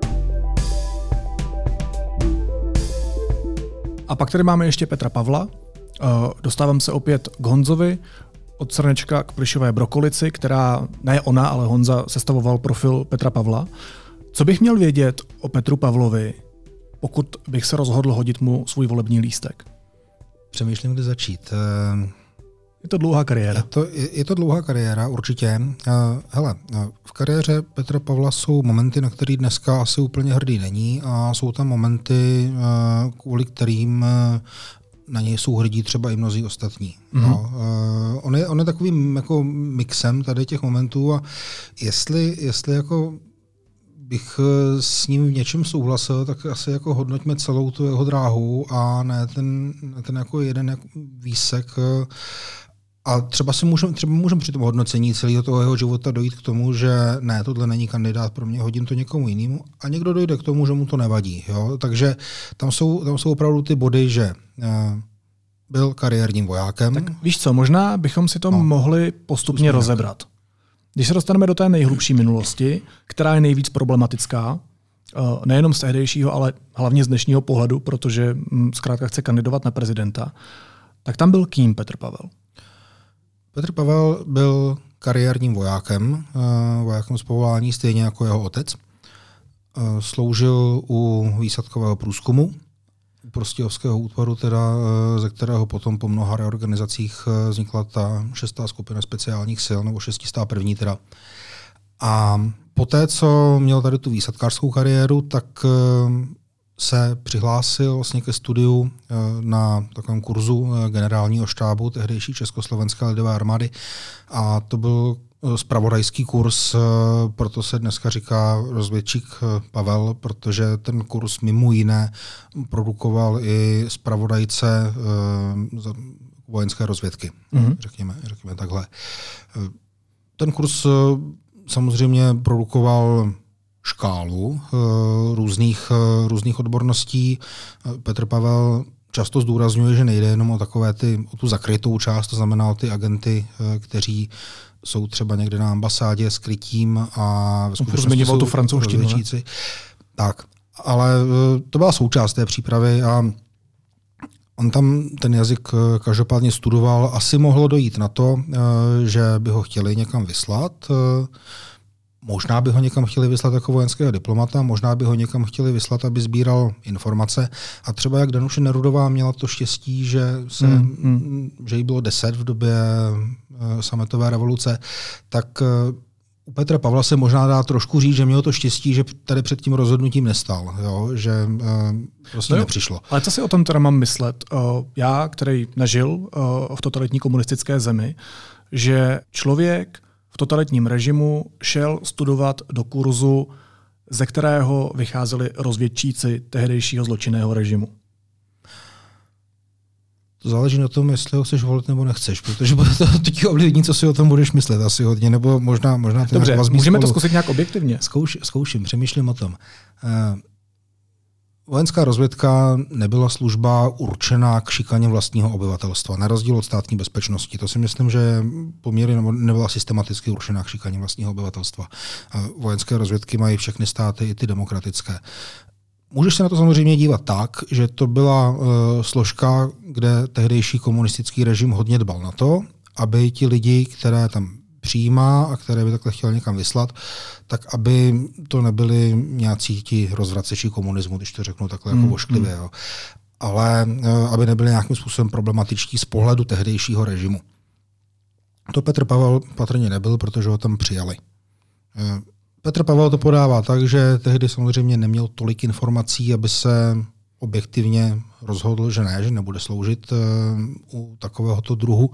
A pak tady máme ještě Petra Pavla. Dostávám se opět k Honzovi, od Srnečka k plišové brokolici, která, ne ona, ale Honza sestavoval profil Petra Pavla. Co bych měl vědět o Petru Pavlovi, pokud bych se rozhodl hodit mu svůj volební lístek? Přemýšlím, kde začít. Je to dlouhá kariéra. Je to, je, je to dlouhá kariéra, určitě. Hele, v kariéře Petra Pavla jsou momenty, na který dneska asi úplně hrdý není, a jsou tam momenty, kvůli kterým na něj jsou hrdí třeba i mnozí ostatní. Mm-hmm. No, on, je, on je takovým jako mixem tady těch momentů, a jestli, jestli jako bych s ním v něčem souhlasil, tak asi jako hodnoťme celou tu jeho dráhu a ne ten, ten jako jeden jako výsek. A třeba si můžeme třeba můžem při tom hodnocení celého toho jeho života dojít k tomu, že ne, tohle není kandidát pro mě, hodím to někomu jinému, a někdo dojde k tomu, že mu to nevadí. Jo? Takže tam jsou, tam jsou opravdu ty body, že uh, byl kariérním vojákem. Tak víš co, možná bychom si to no. mohli postupně rozebrat. Když se dostaneme do té nejhlubší minulosti, která je nejvíc problematická, nejenom z tehdejšího, ale hlavně z dnešního pohledu, protože zkrátka chce kandidovat na prezidenta, tak tam byl kým Petr Pavel? Petr Pavel byl kariérním vojákem, vojákem z povolání, stejně jako jeho otec. Sloužil u výsadkového průzkumu, u Prostějovského útvaru, teda, ze kterého potom po mnoha reorganizacích vznikla ta šestá skupina speciálních sil, nebo šestistá první teda. A poté, co měl tady tu výsadkářskou kariéru, tak se přihlásil vlastně ke studiu na takovém kurzu generálního štábu tehdejší Československé lidové armády a to byl zpravodajský kurz, proto se dneska říká rozvědčík Pavel, protože ten kurz mimo jiné produkoval i zpravodajce vojenské rozvědky, mm-hmm. řekněme, řekněme takhle. Ten kurz samozřejmě produkoval škálu různých, různých odborností. Petr Pavel často zdůrazňuje, že nejde jenom o takové ty, o tu zakrytou část, to znamená o ty agenty, kteří jsou třeba někde na ambasádě s krytím a ve skutečnosti jsou tu francouzštinu. Tak, ale to byla součást té přípravy a on tam ten jazyk každopádně studoval. Asi mohlo dojít na to, že by ho chtěli někam vyslat. Možná by ho někam chtěli vyslat jako vojenského diplomata, možná by ho někam chtěli vyslat, aby sbíral informace. A třeba jak Danuše Nerudová měla to štěstí, že, se, mm, mm. že jí bylo deset v době sametové revoluce, tak u Petra Pavla se možná dá trošku říct, že mělo to štěstí, že tady před tím rozhodnutím nestál, jo? Že uh, prostě no jo, nepřišlo. Ale co si o tom teda mám myslet? Uh, já, který nežil uh, v totalitní komunistické zemi, že člověk v totalitním režimu šel studovat do kurzu, ze kterého vycházeli rozvědčíci tehdejšího zločinného režimu. To záleží na tom, jestli ho chceš volit nebo nechceš, protože bude to teď ovlivní, co si o tom budeš myslet asi hodně, nebo možná, možná to Dobře, můžeme spolu. To zkusit nějak objektivně. Zkouš, zkouším, přemýšlím o tom. Uh, Vojenská rozvědka nebyla služba určená k šikaně vlastního obyvatelstva, na rozdíl od státní bezpečnosti. To si myslím, že poměrně nebyla systematicky určená k šikaně vlastního obyvatelstva. Vojenské rozvědky mají všechny státy, i ty demokratické. Můžeš se na to samozřejmě dívat tak, že to byla uh, složka, kde tehdejší komunistický režim hodně dbal na to, aby ti lidi, které tam přijímá a které by takhle chtěl někam vyslat, tak aby to nebyli nějací ti rozvraceči komunismu, když to řeknu takhle jako vošklivě, jo. Ale aby nebyli nějakým způsobem problematičtí z pohledu tehdejšího režimu. To Petr Pavel patrně nebyl, protože ho tam přijali. Petr Pavel to podává tak, že tehdy samozřejmě neměl tolik informací, aby se objektivně rozhodl, že ne, že nebude sloužit u takovéhoto druhu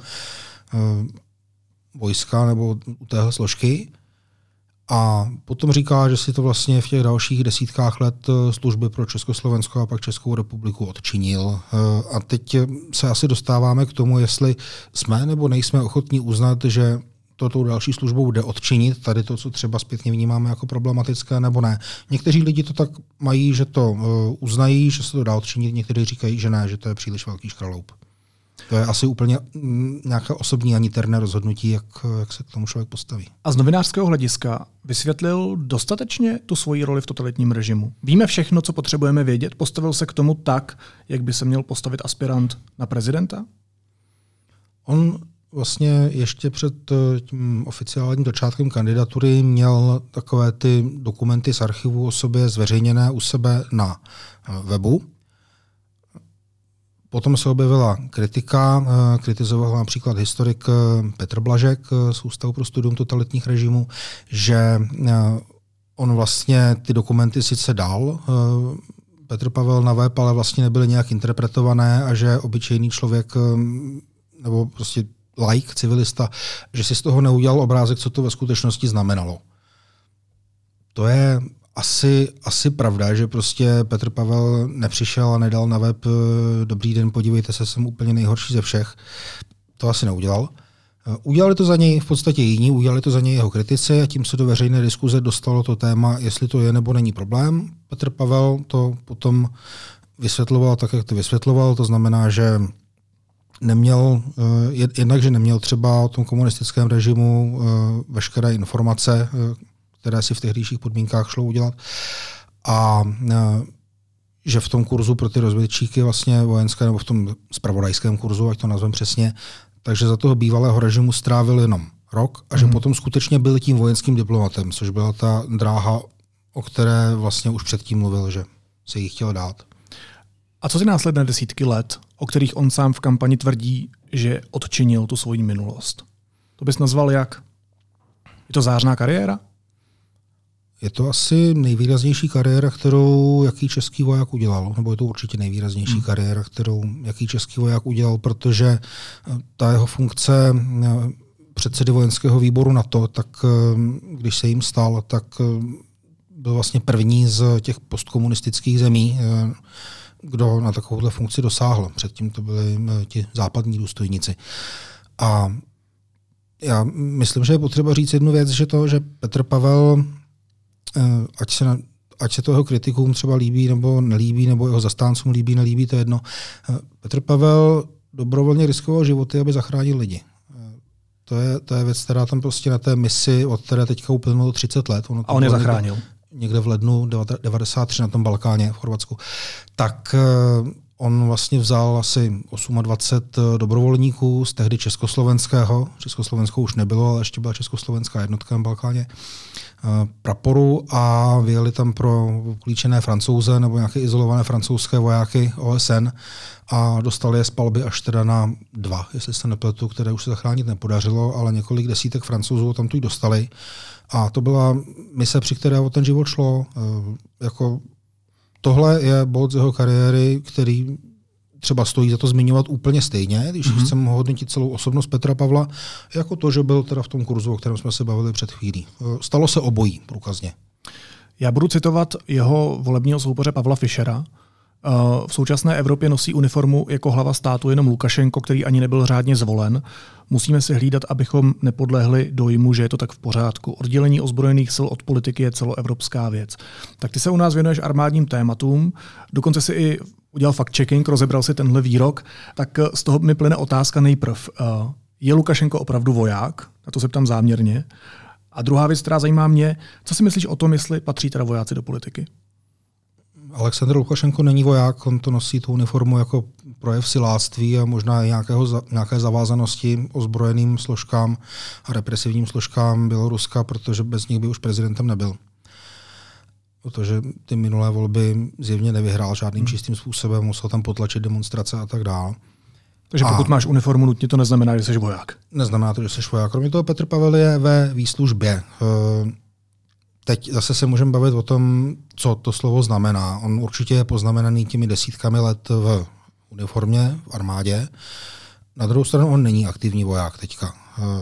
vojska nebo u téhle složky. A potom říká, že si to vlastně v těch dalších desítkách let služby pro Československo a pak Českou republiku odčinil. A teď se asi dostáváme k tomu, jestli jsme nebo nejsme ochotní uznat, že toto další službou jde odčinit, tady to, co třeba zpětně vnímáme jako problematické, nebo ne. Někteří lidi to tak mají, že to uznají, že se to dá odčinit, někteří říkají, že ne, že to je příliš velký škraloup. To je asi úplně nějaké osobní a niterné rozhodnutí, jak, jak se k tomu člověk postaví. A z novinářského hlediska vysvětlil dostatečně tu svoji roli v totalitním režimu? Víme všechno, co potřebujeme vědět? Postavil se k tomu tak, jak by se měl postavit aspirant na prezidenta? On vlastně ještě před tím oficiálním začátkem kandidatury měl takové ty dokumenty z archivu o sobě zveřejněné u sebe na webu. Potom se objevila kritika, kritizoval například historik Petr Blažek z Ústavu pro studium totalitních režimů, že on vlastně ty dokumenty sice dal Petr Pavel na web, ale vlastně nebyly nějak interpretované a že obyčejný člověk nebo prostě laik, civilista, že si z toho neudělal obrázek, co to ve skutečnosti znamenalo. To je Asi, asi pravda, že prostě Petr Pavel nepřišel a nedal na web dobrý den, podívejte se, jsem úplně nejhorší ze všech. To asi neudělal. Udělali to za něj v podstatě jiní, udělali to za něj jeho kritici a tím se do veřejné diskuze dostalo to téma, jestli to je nebo není problém. Petr Pavel to potom vysvětloval tak, jak to vysvětloval, to znamená, že neměl, jednak, že neměl třeba o tom komunistickém režimu veškeré informace, které si v tehdejších podmínkách šlo udělat. A že v tom kurzu pro ty rozvědčíky vlastně vojenské, nebo v tom zpravodajském kurzu, ať to nazvem přesně, takže za toho bývalého režimu strávil jenom rok a že mm. potom skutečně byl tím vojenským diplomatem, což byla ta dráha, o které vlastně už předtím mluvil, že se jí chtěl dát. A co ty následné desítky let, o kterých on sám v kampani tvrdí, že odčinil tu svoji minulost? To bys nazval jak? Je to zářná kariéra? Je to asi nejvýraznější kariéra, kterou jaký český voják udělal, nebo je to určitě nejvýraznější hmm. kariéra, kterou jaký český voják udělal, protože ta jeho funkce předsedy vojenského výboru NATO, tak když se jim stal, tak byl vlastně první z těch postkomunistických zemí, kdo na takovouhle funkci dosáhl. Předtím to byli ti západní důstojníci. A já myslím, že je potřeba říct jednu věc, že to, že Petr Pavel, ať se, na, ať se to jeho kritikům třeba líbí nebo nelíbí, nebo jeho zastáncům líbí, nelíbí, to je jedno. Petr Pavel dobrovolně riskoval životy, aby zachránil lidi. To je, to je věc, která tam prostě na té misi, od které teďka uplynulo třicet let. Ono a on je zachránil. Někde v lednu devadesát tři na tom Balkáně v Chorvatsku. Tak on vlastně vzal asi dvacet osm dobrovolníků z tehdy československého, Československo už nebylo, ale ještě byla československá jednotka na Balkáně, praporu a vyjeli tam pro klíčené Francouze nebo nějaké izolované francouzské vojáky O S N a dostali je z palby až teda na dva, jestli se nepletu, které už se zachránit nepodařilo, ale několik desítek Francouzů tam tu ji dostali. A to byla mise, při které o ten život šlo. Jako tohle je bod z jeho kariéry, který třeba stojí za to zmiňovat úplně stejně, když mm-hmm. chceme hodnotit celou osobnost Petra Pavla, jako to, že byl teda v tom kurzu, o kterém jsme se bavili před chvílí. Stalo se obojí průkazně. Já budu citovat jeho volebního soupeře Pavla Fischera. V současné Evropě nosí uniformu jako hlava státu jenom Lukašenko, který ani nebyl řádně zvolen. Musíme si hlídat, abychom nepodlehli dojmu, že je to tak v pořádku. Oddělení ozbrojených sil od politiky je celoevropská věc. Tak ty se u nás věnuješ armádním tématům, dokonce si i udělal fact-checking, rozebral si tenhle výrok, tak z toho mi plyne otázka nejprv. Je Lukašenko opravdu voják? Na to se ptám záměrně. A druhá věc, která zajímá mě, co si myslíš o tom, jestli patří teda vojáci do politiky? Alexandr Lukašenko není voják, on to nosí tu uniformu jako projev siláctví a možná i nějakého, nějaké zavázanosti ozbrojeným složkám a represivním složkám Běloruska, protože bez nich by už prezidentem nebyl. Protože ty minulé volby zjevně nevyhrál žádným čistým způsobem, musel tam potlačit demonstrace a tak dále. Takže pokud a máš uniformu, nutně to neznamená, že jsi voják. Neznamená to, že jsi voják. Kromě toho Petr Pavel je ve výslužbě. Teď zase se můžeme bavit o tom, co to slovo znamená. On určitě je poznamenaný těmi desítkami let v uniformě, v armádě. Na druhou stranu on není aktivní voják teďka.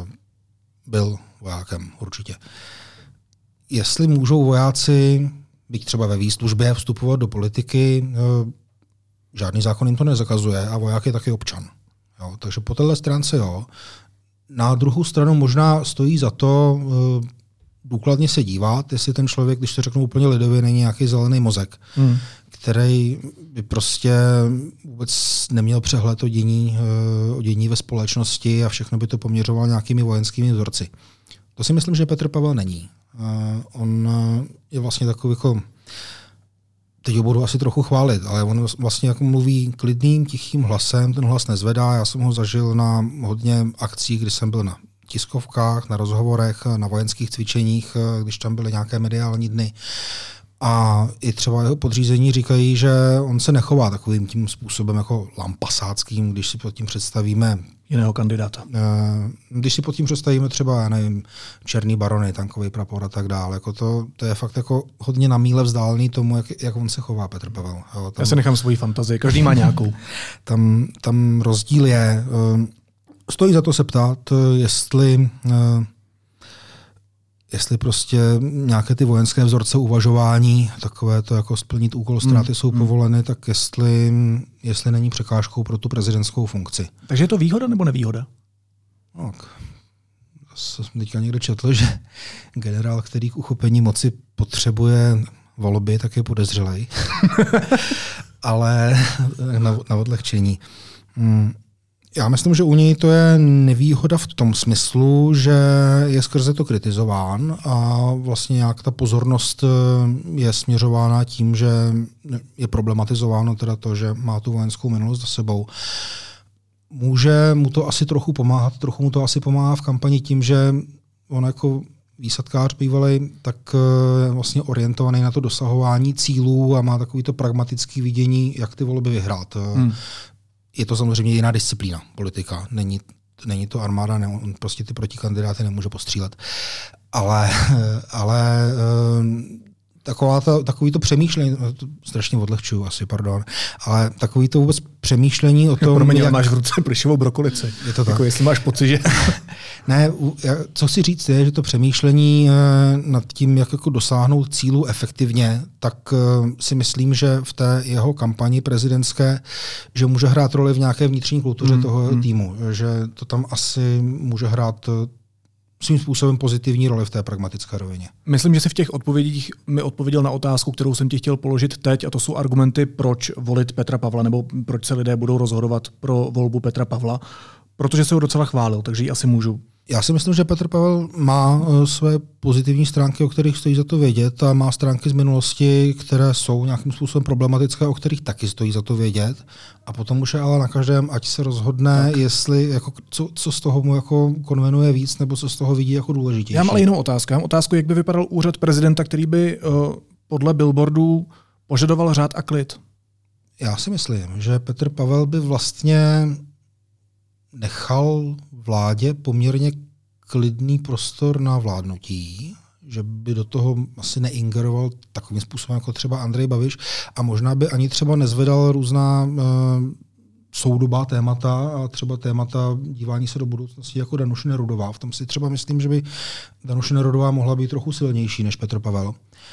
Byl vojákem určitě. Jestli můžou vojáci, byť třeba ve výslužbě, vstupovat do politiky, žádný zákon jim to nezakazuje a voják je taky občan. Jo, takže po téhle stránce jo. Na druhou stranu možná stojí za to důkladně se dívat, jestli ten člověk, když to řeknu úplně lidově, není nějaký zelený mozek, hmm. který by prostě vůbec neměl přehled o dění, o dění ve společnosti a všechno by to poměřoval nějakými vojenskými vzorci. To si myslím, že Petr Pavel není. On je vlastně takový jako, teď ho budu asi trochu chválit, ale on vlastně jako mluví klidným, tichým hlasem, ten hlas nezvedá, já jsem ho zažil na hodně akcí, kdy jsem byl na tiskovkách, na rozhovorech, na vojenských cvičeních, když tam byly nějaké mediální dny. A i třeba jeho podřízení říkají, že on se nechová takovým tím způsobem jako lampasáckým, když si pod tím představíme jiného kandidáta. Když si pod tím představíme třeba, já nevím, černý barony, tankový prapor a tak dále. Jako to, to je fakt jako hodně na míle vzdálený tomu, jak, jak on se chová, Petr Pavel. Jo, tam, já se nechám svoji fantazii, každý má nějakou. tam, tam rozdíl je. Stojí za to se ptát, jestli, jestli prostě nějaké ty vojenské vzorce uvažování, takové to jako splnit úkol ztráty mm. jsou povoleny, tak jestli, jestli není překážkou pro tu prezidentskou funkci. Takže je to výhoda nebo nevýhoda? No, jsem teďka někde četl, že generál, který k uchopení moci potřebuje volby, tak je podezřelej. Ale na, na odlehčení. Hmm. Já myslím, že u něj to je nevýhoda v tom smyslu, že je skrze to kritizován a vlastně nějak ta pozornost je směřována tím, že je problematizováno teda to, že má tu vojenskou minulost za sebou. Může mu to asi trochu pomáhat, trochu mu to asi pomáhá v kampani tím, že on jako výsadkář bývalej, tak je vlastně orientovaný na to dosahování cílů a má takový to pragmatický vidění, jak ty volby vyhrát. Hmm. Je to samozřejmě jiná disciplína, politika. Není, není to armáda, ne, on prostě ty protikandidáty nemůže postřílet. Ale, ale taková ta, takový to přemýšlení, to strašně odlehčuju asi, pardon, ale takový to vůbec přemýšlení o tom... Pro mě jak... máš v ruce plišovou brokolici. Je to tak. Jako jestli máš pocit, že... Ne, co chci říct je, že to přemýšlení nad tím, jak jako dosáhnout cílu efektivně, tak si myslím, že v té jeho kampani prezidentské, že může hrát roli v nějaké vnitřní kultuře hmm. toho hmm. týmu, že to tam asi může hrát svým způsobem pozitivní roli v té pragmatické rovině. Myslím, že si v těch odpovědích mi odpověděl na otázku, kterou jsem ti chtěl položit teď, a to jsou argumenty, proč volit Petra Pavla, nebo proč se lidé budou rozhodovat pro volbu Petra Pavla, protože se ho docela chválil, takže ji asi můžu. Já si myslím, že Petr Pavel má své pozitivní stránky, o kterých stojí za to vědět, a má stránky z minulosti, které jsou nějakým způsobem problematické, o kterých taky stojí za to vědět. A potom už je ale na každém, ať se rozhodne, tak. jestli jako, co, co z toho mu jako konvenuje víc, nebo co z toho vidí jako důležitější. Já mám ale jinou otázku. Já mám otázku, jak by vypadal úřad prezidenta, který by uh, podle billboardů požadoval řád a klid. Já si myslím, že Petr Pavel by vlastně nechal vládě poměrně klidný prostor na vládnutí, že by do toho asi neingeroval takovým způsobem jako třeba Andrej Babiš, a možná by ani třeba nezvedal různá uh, soudobá témata a třeba témata dívání se do budoucnosti jako Danuše Nerudová. V tom si třeba myslím, že by Danuše Nerudová mohla být trochu silnější než Petr Pavel.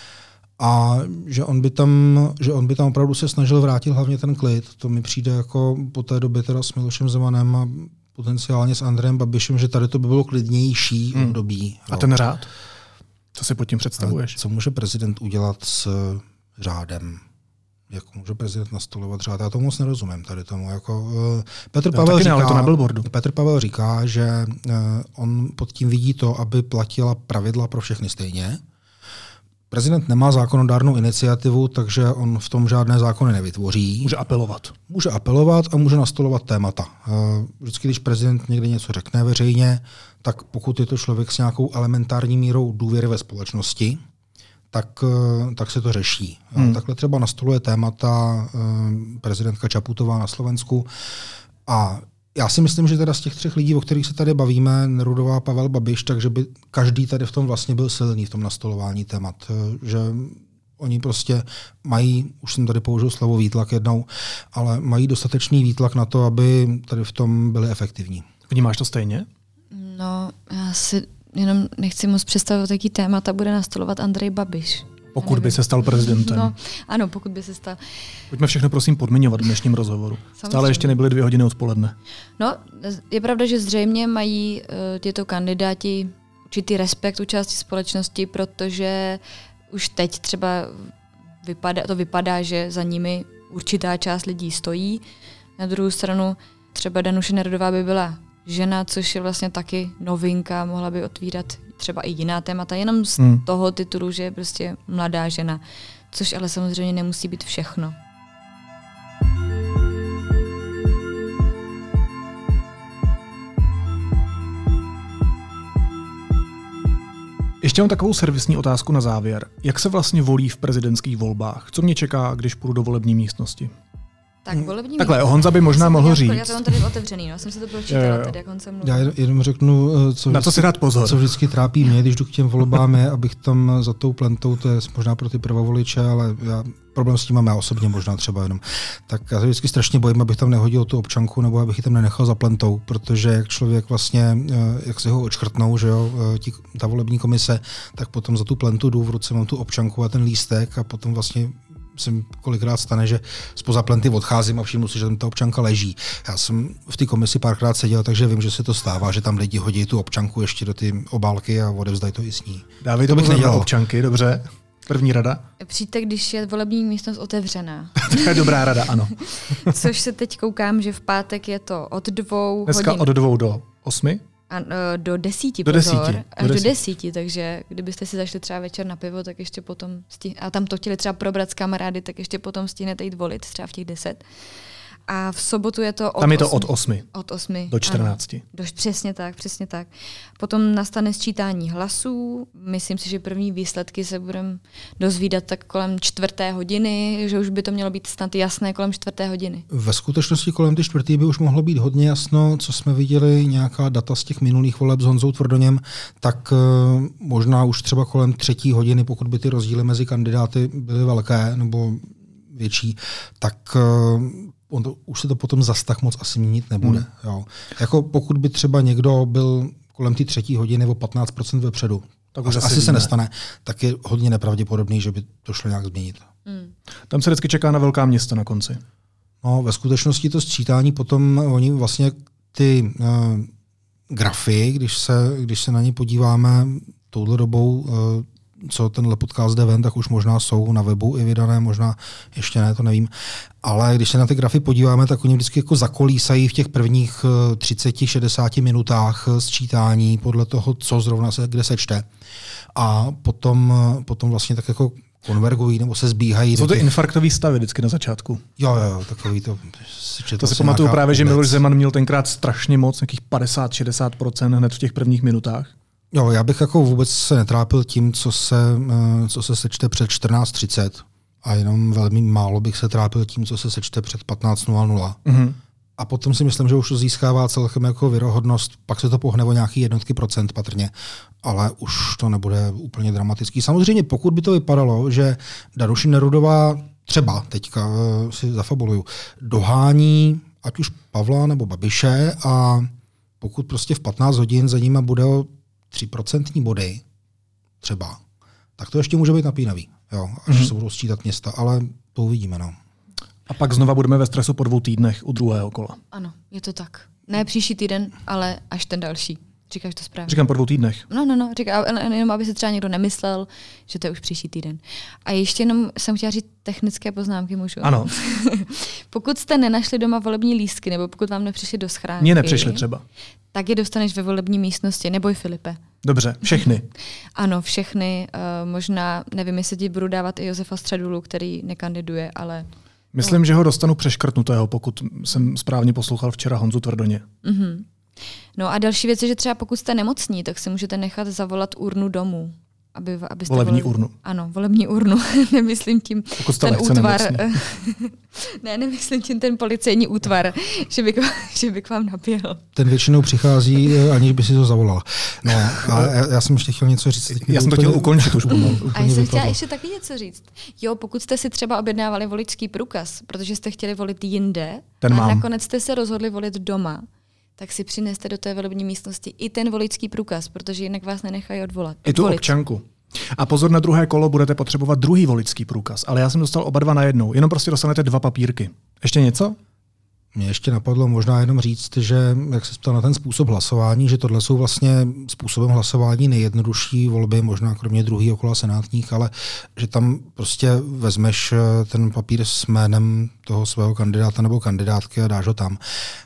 A že on by tam, že on by tam opravdu se snažil vrátit hlavně ten klid. To mi přijde jako po té době teda s Milošem Zemanem a potenciálně s Andrejem Babišem, že tady to by bylo klidnější hmm. období. A ten řád? Co si pod tím představuješ? A co může prezident udělat s řádem? Jak může prezident nastolovat řád? Já tomu moc nerozumím tady tomu. Jako, uh, Petr, Pavel říká, ne, to na billboardu. Petr Pavel říká, že uh, on pod tím vidí to, aby platila pravidla pro všechny stejně. Prezident nemá zákonodárnou iniciativu, takže on v tom žádné zákony nevytvoří. Může apelovat. Může apelovat a může nastolovat témata. Vždycky, když prezident někde něco řekne veřejně, tak pokud je to člověk s nějakou elementární mírou důvěry ve společnosti, tak, tak se to řeší. Hmm. Takhle třeba nastoluje témata prezidentka Čaputová na Slovensku. A já si myslím, že teda z těch třech lidí, o kterých se tady bavíme, Nerudová, Pavel, Babiš, takže by každý tady v tom vlastně byl silný v tom nastolování témat. Že oni prostě mají, už jsem tady použil slovo výtlak jednou, ale mají dostatečný výtlak na to, aby tady v tom byli efektivní. Vnímáš to stejně? No, já si jenom nechci moc představit, jaký témata bude nastolovat Andrej Babiš. Pokud by se stal prezidentem. No, ano, pokud by se stal. Pojďme všechno prosím podmiňovat v dnešním rozhovoru. Samozřejmě. Stále ještě nebyly dvě hodiny odpoledne. No, je pravda, že zřejmě mají uh, tyto kandidáti určitý respekt u části společnosti, protože už teď třeba vypadá, to vypadá, že za nimi určitá část lidí stojí. Na druhou stranu třeba Danuše Nerudová by byla žena, což je vlastně taky novinka, mohla by otvírat třeba i jiná témata, jenom z hmm. toho titulu, že je prostě mladá žena, což ale samozřejmě nemusí být všechno. Ještě mám takovou servisní otázku na závěr. Jak se vlastně volí v prezidentských volbách? Co mě čeká, když půjdu do volební místnosti? Tak volební Takhle, Honza by možná mohl říct. Já to mám tady otevřený, no, jsem si to pročítala, tady, jak on se mluví. Já jenom řeknu, co, na to si dát pozor. Co vždycky trápí mě, když jdu k těm volbám, je, abych tam za tou plentou, to je možná pro ty prvovoliče, ale já problém s tím mám já osobně možná třeba jenom. Tak já se vždycky strašně bojím, abych tam nehodil tu občanku, nebo abych ji tam nenechal za plentou, protože jak člověk vlastně, jak si ho odškrtnou, že jo, tí, ta volební komise, tak potom za tu plentu jdu, v ruce mám tu občanku a ten lístek a potom vlastně se kolikrát stane, že zpoza plenty odcházím a všimnu si, že tam ta občanka leží. Já jsem v té komisi párkrát seděl, takže vím, že se to stává, že tam lidi hodí tu občanku ještě do ty obálky a odevzdají to i s ní. Dávej to bych nedělal. Občanky, dobře. První rada? Přijďte, když je volební místnost otevřená. To je dobrá rada, ano. Což se teď koukám, že v pátek je to od dvou Dneska hodin. od dvou do osmi? A, do desíti, do pozor. Desíti. Až do desíti. do desíti, takže kdybyste si zašli třeba večer na pivo, tak ještě potom stih... a tam to chtěli třeba probrat s kamarády, tak ještě potom stihnete jít volit třeba v těch deset. A v sobotu je to od Tam je to osmi. od osmi. Od osmi. Do čtrnácti. Ano, do, přesně tak, přesně tak. Potom nastane sčítání hlasů. Myslím si, že první výsledky se budeme dozvídat tak kolem čtvrté hodiny, že už by to mělo být snad jasné kolem čtvrté hodiny. Ve skutečnosti kolem ty čtvrtý by už mohlo být hodně jasno, co jsme viděli, nějaká data z těch minulých voleb s Honzou Tvrdoněm, tak uh, možná už třeba kolem třetí hodiny, pokud by ty rozdíly mezi kandidáty byly velké nebo větší, tak uh, on to, už se to potom zas tak moc asi měnit nebude. Hmm. Jo. Jako pokud by třeba někdo byl kolem té třetí hodiny o patnáct procent vepředu, tak už asi, asi se nestane, tak je hodně nepravděpodobný, že by to šlo nějak změnit. Hmm. Tam se vždycky čeká na velká města na konci. No, ve skutečnosti to sčítání potom, oni vlastně ty uh, grafy, když se, když se na ně podíváme touhle dobou, uh, co tenhle podcast jde ven, tak už možná jsou na webu i vydané, možná ještě ne, to nevím. Ale když se na ty grafy podíváme, tak oni vždycky jako zakolísají v těch prvních třicet až šedesát minutách sčítání podle toho, co zrovna se kde se čte. A potom, potom vlastně tak jako konvergují nebo se zbíhají. Jsou to těch... infarktový stavy vždycky na začátku. Jo, jo, takový to. To si pamatuju právě, že Miloš Zeman měl tenkrát strašně moc, nějakých padesát až šedesát procent hned v těch prvních minutách. Jo, já bych jako vůbec se netrápil tím, co se, co se sečte před čtrnáct třicet a jenom velmi málo bych se trápil tím, co se sečte před patnáct nula nula. Mm-hmm. A potom si myslím, že už to získává celkem jako věrohodnost, pak se to pohne o nějaký jednotky procent patrně, ale už to nebude úplně dramatický. Samozřejmě pokud by to vypadalo, že Danuše Nerudová třeba, teďka si zafabuluju, dohání ať už Pavla nebo Babiše a pokud prostě v patnáct hodin za nima bude o tři procentní body třeba, tak to ještě může být napínavý, jo, až mm-hmm. se budou sčítat města, ale to uvidíme. No. A pak znova budeme ve stresu po dvou týdnech u druhého kola. Ano, je to tak. Ne příští týden, ale až ten další. Říkáš to správně. Říkám po dvou týdnech. No, no, no, říkám, jenom aby se třeba někdo nemyslel, že to je už příští týden. A ještě jenom jsem chtěla říct technické poznámky, můžu? Ano. Pokud jste nenašli doma volební lístky, nebo pokud vám nepřišli do schránky. Mně nepřišli třeba. Tak je dostaneš ve volební místnosti, neboj Filipe. Dobře, všechny. Ano, všechny. Uh, možná, nevím, jestli ti budu dávat i Josefa Středulu, který nekandiduje, ale... Myslím, no. že ho dostanu přeškrtnutého, pokud jsem správně poslouchal včera Honzu Tvrdoně. Mm-hmm. No a další věc je, že třeba pokud jste nemocní, tak si můžete nechat zavolat urnu domů. Aby, abyste volební volili... urnu. Ano, volební urnu. Nemyslím tím pokud ten útvar. ne, nemyslím tím ten policejní útvar, že by, že by k vám naběhl. Ten většinou přichází, aniž by si to zavolal. No, a já, já jsem ještě chtěl něco říct. Já jsem to chtěl ukončit už pomalu. A já jsem chtěla ještě taky něco říct. Jo, pokud jste si třeba objednávali voličský průkaz, protože jste chtěli volit jinde ten a mám. nakonec jste se rozhodli volit doma, tak si přineste do té volební místnosti i ten voličský průkaz, protože jinak vás nenechají odvolat. I tu občanku. A pozor, na druhé kolo budete potřebovat druhý voličský průkaz, ale já jsem dostal oba dva najednou. Jenom prostě dostanete dva papírky. Ještě něco? Mě ještě napadlo možná jenom říct, že jak se ptal na ten způsob hlasování, že tohle jsou vlastně způsobem hlasování nejjednodušší volby, možná kromě druhého kola senátních, ale že tam prostě vezmeš ten papír s jménem toho svého kandidáta nebo kandidátky a dáš ho tam.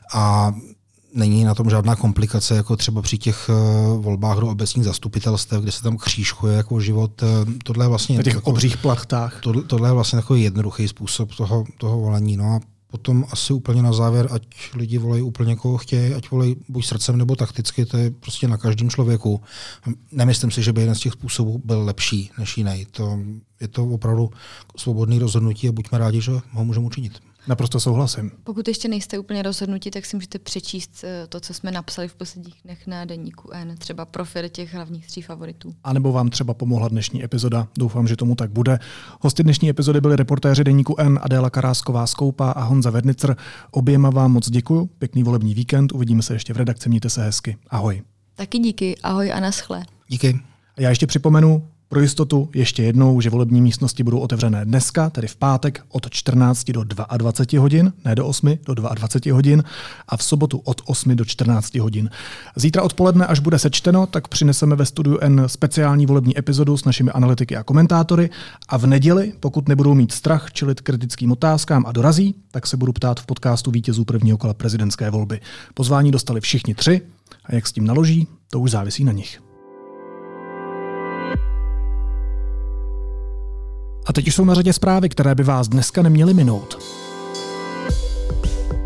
A není na tom žádná komplikace, jako třeba při těch uh, volbách do obecních zastupitelstev, kde se tam křížkuje jako život. Uh, tohle je vlastně na těch jako, obřích plachtách. Tohle, tohle je vlastně takový jednoduchý způsob toho, toho volení. No a potom asi úplně na závěr, ať lidi volají úplně koho chtějí, ať volají buď srdcem nebo takticky, to je prostě na každém člověku. Nemyslím si, že by jeden z těch způsobů byl lepší než jiný. To, je to opravdu svobodné rozhodnutí a buďme rádi, že ho můžeme učinit. Naprosto souhlasím. Pokud ještě nejste úplně rozhodnutí, tak si můžete přečíst to, co jsme napsali v posledních dnech na deníku N, třeba profil těch hlavních tří favoritů. A nebo vám třeba pomohla dnešní epizoda. Doufám, že tomu tak bude. Hosty dnešní epizody byli reportéři deníku N Adéla Karásková-Skoupa a Honza Vednicr. Oběma vám moc děkuju. Pěkný volební víkend. Uvidíme se ještě v redakci. Mějte se hezky. Ahoj. Taky díky. Ahoj a naschle. Díky. A já ještě připomenu pro jistotu ještě jednou, že volební místnosti budou otevřené dneska, tedy v pátek od čtrnácti do dvaceti dvou hodin, ne do osmi, do dvaceti dvou hodin a v sobotu od osmi do čtrnácti hodin. Zítra odpoledne, až bude sečteno, tak přineseme ve studiu N speciální volební epizodu s našimi analytiky a komentátory a v neděli, pokud nebudou mít strach čelit kritickým otázkám a dorazí, tak se budu ptát v podcastu vítězů prvního kola prezidentské volby. Pozvání dostali všichni tři a jak s tím naloží, to už závisí na nich. A teď už jsou na řadě zprávy, které by vás dneska neměly minout.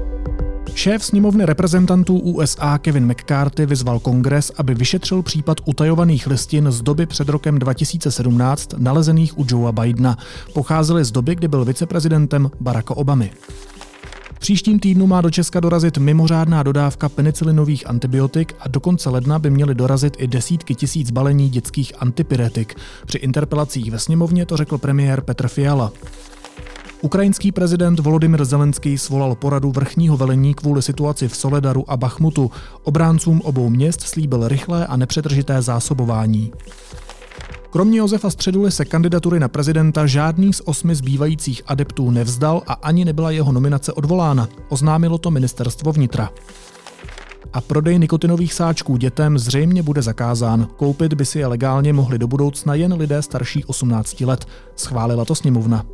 Šéf sněmovny reprezentantů U S A Kevin McCarthy vyzval Kongres, aby vyšetřil případ utajovaných listin z doby před rokem dva tisíce sedmnáct nalezených u Joea Bidena. Pocházely z doby, kdy byl viceprezidentem Baracka Obamy. V příštím týdnu má do Česka dorazit mimořádná dodávka penicilinových antibiotik a do konce ledna by měly dorazit i desítky tisíc balení dětských antipyretik. Při interpelacích ve sněmovně to řekl premiér Petr Fiala. Ukrajinský prezident Volodymyr Zelenský svolal poradu vrchního velení kvůli situaci v Soledaru a Bachmutu. Obráncům obou měst slíbil rychlé a nepřetržité zásobování. Kromě Josefa Středuly se kandidatury na prezidenta žádný z osmi zbývajících adeptů nevzdal a ani nebyla jeho nominace odvolána, oznámilo to ministerstvo vnitra. A prodej nikotinových sáčků dětem zřejmě bude zakázán. Koupit by si je legálně mohli do budoucna jen lidé starší osmnácti let. Schválila to sněmovna.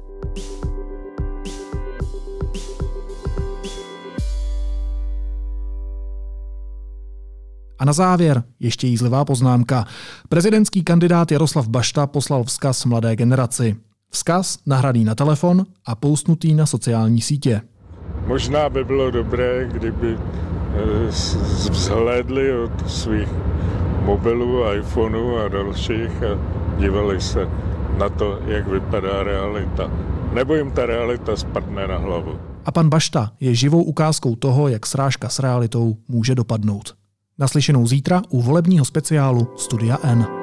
A na závěr ještě jízlivá poznámka. Prezidentský kandidát Jaroslav Bašta poslal vzkaz mladé generaci. Vzkaz nahraný na telefon a postnutý na sociální sítě. Možná by bylo dobré, kdyby vzhlédli od svých mobilů, iPhoneů a dalších a dívali se na to, jak vypadá realita. Nebo jim ta realita spadne na hlavu. A pan Bašta je živou ukázkou toho, jak srážka s realitou může dopadnout. Naslyšenou zítra u volebního speciálu Studia N.